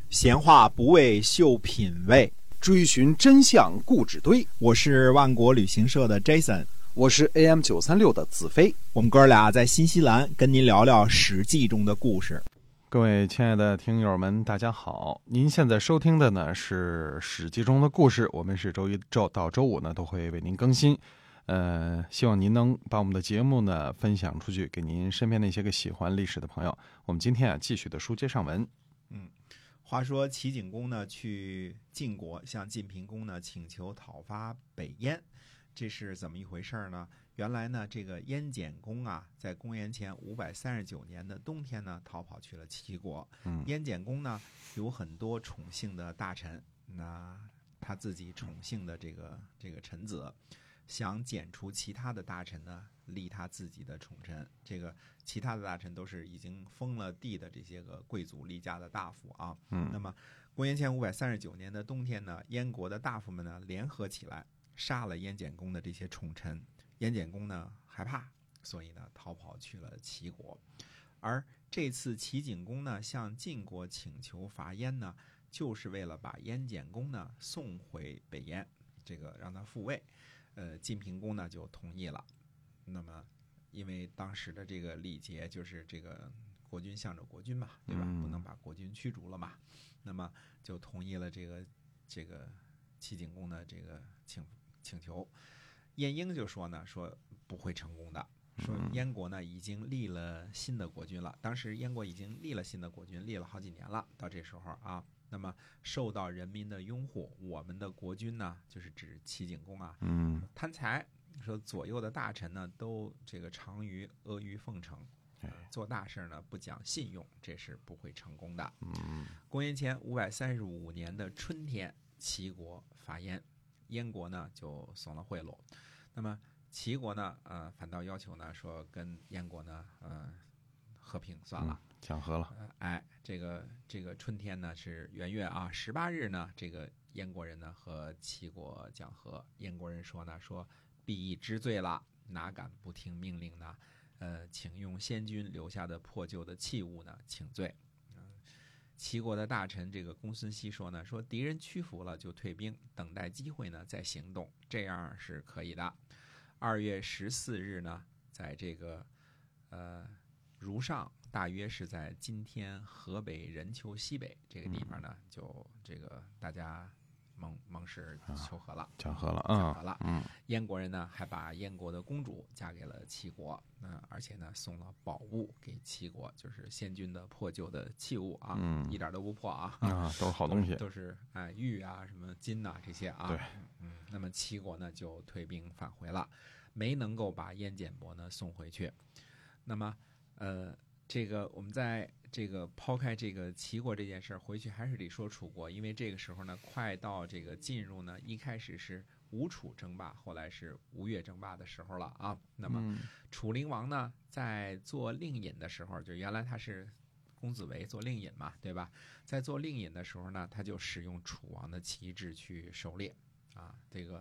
闲话不为秀品味， 追寻真相故纸堆。 我是万国旅行社的 Jason， 我是 AM936 的子飞。 我们哥俩在新西兰跟您聊聊《史记》中的故事。 各位亲爱的听友们，大家好！您现在收听的呢是《史记》中的故事，我们是周一到周五呢都会为您更新。希望您能把我们的节目呢分享出去，给您身边那些个喜欢历史的朋友。我们今天继续的书接上文。 话说齐景公呢去晋国，向晋平公呢请求讨伐北燕，这是怎么一回事呢？原来呢，这个燕简公啊，在公元前539年的冬天呢，逃跑去了齐国。燕简公呢有很多宠幸的大臣，那他自己宠幸的这个臣子，想剪除其他的大臣呢，立他自己的宠臣。这个其他的大臣都是已经封了地的这些个贵族立家的大夫啊。那么公元前539年的冬天呢，燕国的大夫们呢联合起来杀了燕简公的这些宠臣。燕简公呢害怕，所以呢逃跑去了齐国。而这次齐景公呢向晋国请求伐燕呢，就是为了把燕简公呢送回北燕，这个让他复位。晋平公呢就同意了。那么因为当时的这个礼节就是这个国君向着国君嘛，对吧？不能把国君驱逐了嘛。那么就同意了这个齐景公的这个请求。晏婴就说呢，说不会成功的，说燕国呢已经立了新的国君了。当时燕国已经立了新的国君，立了好几年了。到这时候啊，那么受到人民的拥护，我们的国君呢，就是指齐景公啊，贪财，说左右的大臣呢都这个长于阿谀奉承，做大事呢不讲信用，这是不会成功的。公元前535年的春天，齐国伐燕，燕国呢就松了贿赂。那么齐国呢，反倒要求呢说跟燕国呢，和平算了， 讲和了。 这个春天呢是元月啊，18日呢，这个燕国人呢和齐国讲和。燕国人说呢，说必已知罪了，哪敢不听命令呢？请用先君留下的破旧的器物呢请罪。齐国的大臣这个公孙熙说呢，说敌人屈服了就退兵，等待机会呢再行动，这样是可以的。2月14日呢，在这个如上，大约是在今天河北任丘西北这个地方呢，就这个大家盟誓求和了， 讲和了。 燕国人呢还把燕国的公主嫁给了齐国，而且呢送了宝物给齐国，就是先君的破旧的器物啊，一点都不破啊， 都是好东西， 都是玉啊、什么金啊这些啊。 对， 那么齐国呢就退兵返回了，没能够把燕简伯呢送回去。那么这个我们在这个抛开这个齐国这件事，回去还是得说楚国，因为这个时候呢，快到这个进入呢，一开始是吴楚争霸，后来是吴越争霸的时候了啊。那么楚灵王呢，在做令尹的时候，就原来他是公子围做令尹嘛，对吧？在做令尹的时候呢，他就使用楚王的旗帜去狩猎啊，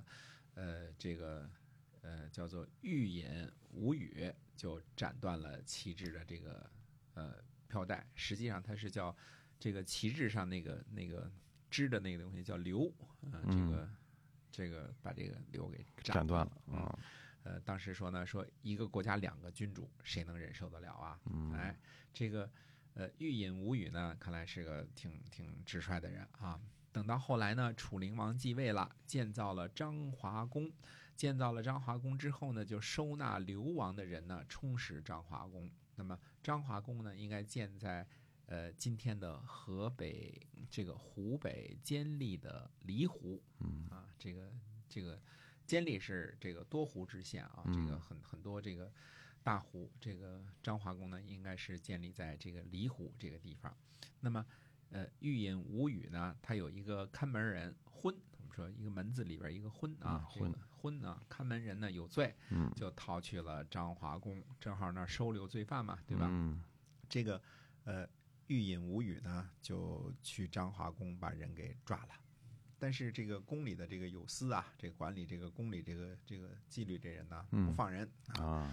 叫做御尹吴语，就斩断了旗帜的这个飘带。实际上它是叫这个旗帜上那个织的那个东西叫流，这个把这个流给斩断了。当时说呢，说一个国家2个君主，谁能忍受得了啊？这个御尹吴语呢，看来是个挺直率的人啊。等到后来呢，楚灵王继位了，建造了章华宫。建造了章华宫之后呢，就收纳流亡的人呢，充实章华宫。那么章华宫呢，应该建在今天的河北这个湖北监利的离湖。这个监利是这个多湖之县啊，这个很多这个大湖。这个章华宫呢，应该是建立在这个离湖这个地方。那么御尹吴语呢，他有一个看门人昏，我们说一个门字里边一个昏啊，昏啊，看门人呢有罪，就逃去了章华宫，正好那儿收留罪犯嘛，对吧？这个御尹吴语呢就去章华宫把人给抓了。但是这个宫里的这个有司啊，这个管理这个宫里这个纪律这人呢不放人啊。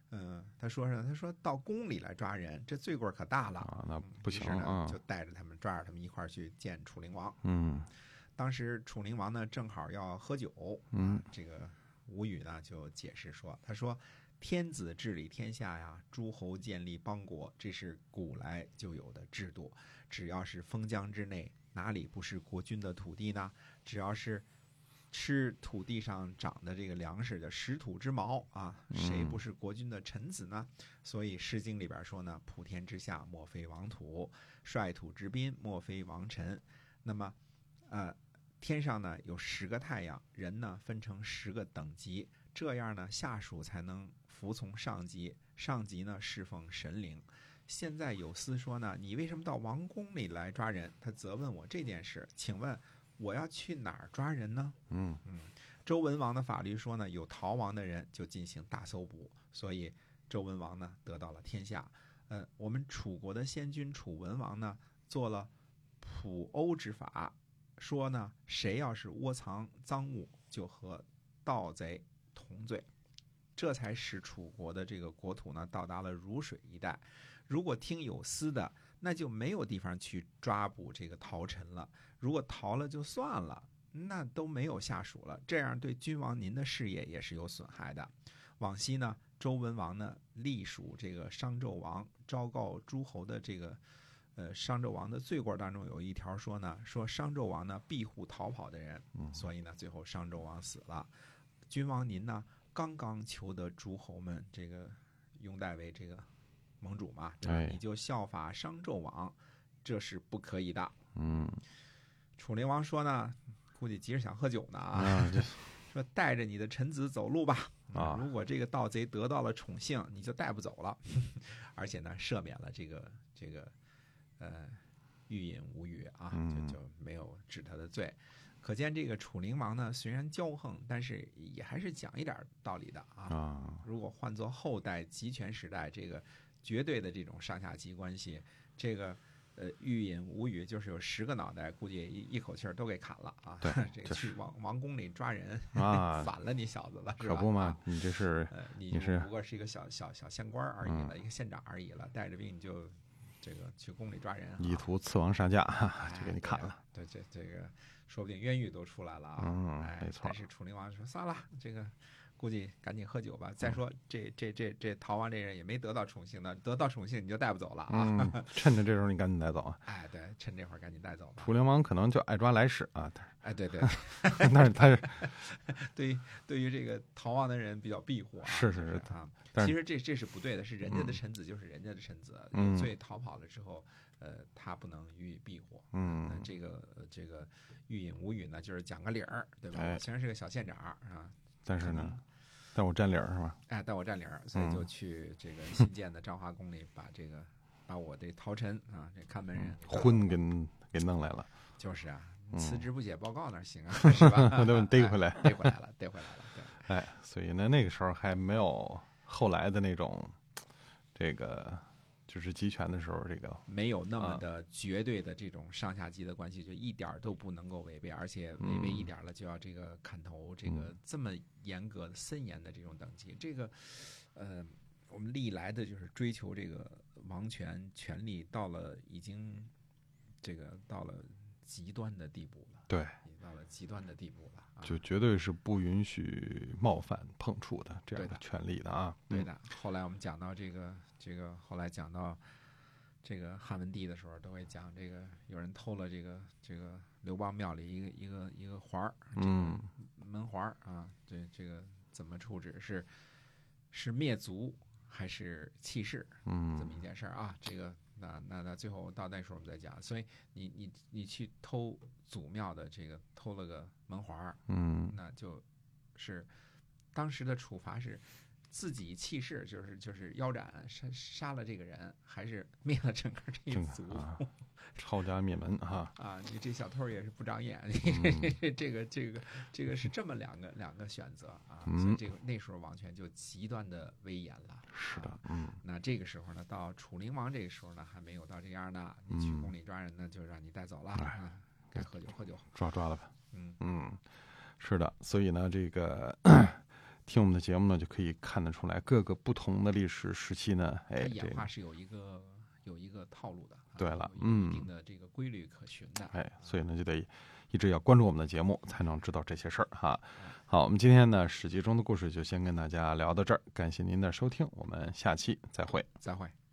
他说什么？他说到宫里来抓人，这罪过可大了啊，那不行于是呢啊， 就带着他们抓着他们一块儿去见楚灵王。 嗯当时楚灵王呢正好要喝酒，这个吴语呢就解释说，他说天子治理天下呀，诸侯建立邦国，这是古来就有的制度。只要是封疆之内，哪里不是国君的土地呢？只要是吃土地上长的这个粮食的食土之矛啊，谁不是国君的臣子呢？所以《诗经》里边说呢，普天之下莫非王土，率土之滨莫非王臣。那么天上呢有10个太阳，人呢分成10个等级，这样呢下属才能服从上级，上级呢侍奉神灵。现在有司说呢，你为什么到王宫里来抓人？他责问我这件事，请问我要去哪儿抓人呢？周文王的法律说呢，有逃亡的人就进行大搜捕，所以周文王呢得到了天下。我们楚国的先君楚文王呢做了普欧之法，说呢谁要是窝藏赃物，就和盗贼同罪，这才使楚国的这个国土呢到达了汝水一带。如果听有司的，那就没有地方去抓捕这个逃臣了。如果逃了就算了，那都没有下属了，这样对君王您的事业也是有损害的。往昔呢，周文王呢隶属这个商纣王，昭告诸侯的这个商纣王的罪过当中有一条说呢，说商纣王呢庇护逃跑的人，所以呢最后商纣王死了。君王您呢刚刚求得诸侯们这个拥戴为这个盟主嘛，对吧？你就效法商纣王，这是不可以的。楚灵王说呢，估计急着想喝酒呢说带着你的臣子走路吧。如果这个盗贼得到了宠幸，你就带不走了。而且呢，赦免了这个欲饮无语啊，就没有治他的罪。可见这个楚灵王呢，虽然骄横，但是也还是讲一点道理的啊。如果换作后代集权时代，这个绝对的这种上下级关系，这个欲饮无语，就是有10个脑袋，估计一口气儿都给砍了啊！ 对， 这个去王宫里抓人啊， 反了你小子了，是吧？ 可不嘛，你这是你不过是一个小县官而已了，一个县长而已了，带着兵你就这个去宫里抓人， 意图刺王杀驾，就给你砍了。 对，这个说不定冤狱都出来了啊！ 没错。 但是楚灵王说算了，这个估计赶紧喝酒吧。再说这逃亡这人也没得到宠幸呢，得到宠幸你就带不走了啊！ 趁着这时候你赶紧带走啊！ 对，趁这会儿赶紧带走吧。 楚灵王可能就爱抓来使啊， 对， 但是他是对于这个逃亡的人比较庇护啊， 是啊。其实这是不对的，是人家的臣子就是人家的臣子，有罪逃跑了之后，他不能予以庇护。这个欲饮无语呢，就是讲个理儿，对吧？我虽然是个小县长啊， 但是呢，但我占理儿是吧？ 但我占理儿，所以就去这个新建的昭华宫里，把我这逃臣啊，这看门人婚给弄来了。 就是啊，辞职不写报告哪行啊，是吧？ 都逮回来， 逮回来了。 对，所以呢，那个时候还没有后来的那种这个。就是集权的时候，这个没有那么的绝对的这种上下级的关系，就一点都不能够违背，而且违背一点了就要这个砍头，这个这么严格的森严的这种等级，这个我们历来的就是追求这个王权权力已经到了极端的地步了， 对， 到了极端的地步了。 就绝对是不允许冒犯碰触的这样的权利的啊。 对的。后来我们讲到这个后来讲到这个汉文帝的时候，都会讲这个有人偷了这个刘邦庙里一个环儿，门环儿啊，这个怎么处置？是灭族还是弃市？这么一件事儿啊。这个那最后到那时候我们再讲。所以你去偷祖庙的这个偷了个门环儿，那就是当时的处罚是自己弃市，就是腰斩杀了这个人，还是灭了整个这一族？ 抄家灭门啊！ 你这小偷也是不长眼，这个是这么两个选择啊。所以这个那时候王权就极端的威严了。 是的， 那这个时候呢，到楚灵王这个时候呢，还没有到这样呢。你去宫里抓人呢，就让你带走了啊，该喝酒喝酒， 抓了吧。 嗯， 是的，所以呢，这个听我们的节目呢，就可以看得出来各个不同的历史时期呢， 它这演化是有一个套路的， 对了， 有一定的这个规律可循的， 所以呢就得一直要关注我们的节目，才能知道这些事儿哈。好，我们今天呢史记中的故事就先跟大家聊到这儿，感谢您的收听，我们下期再会。 再会。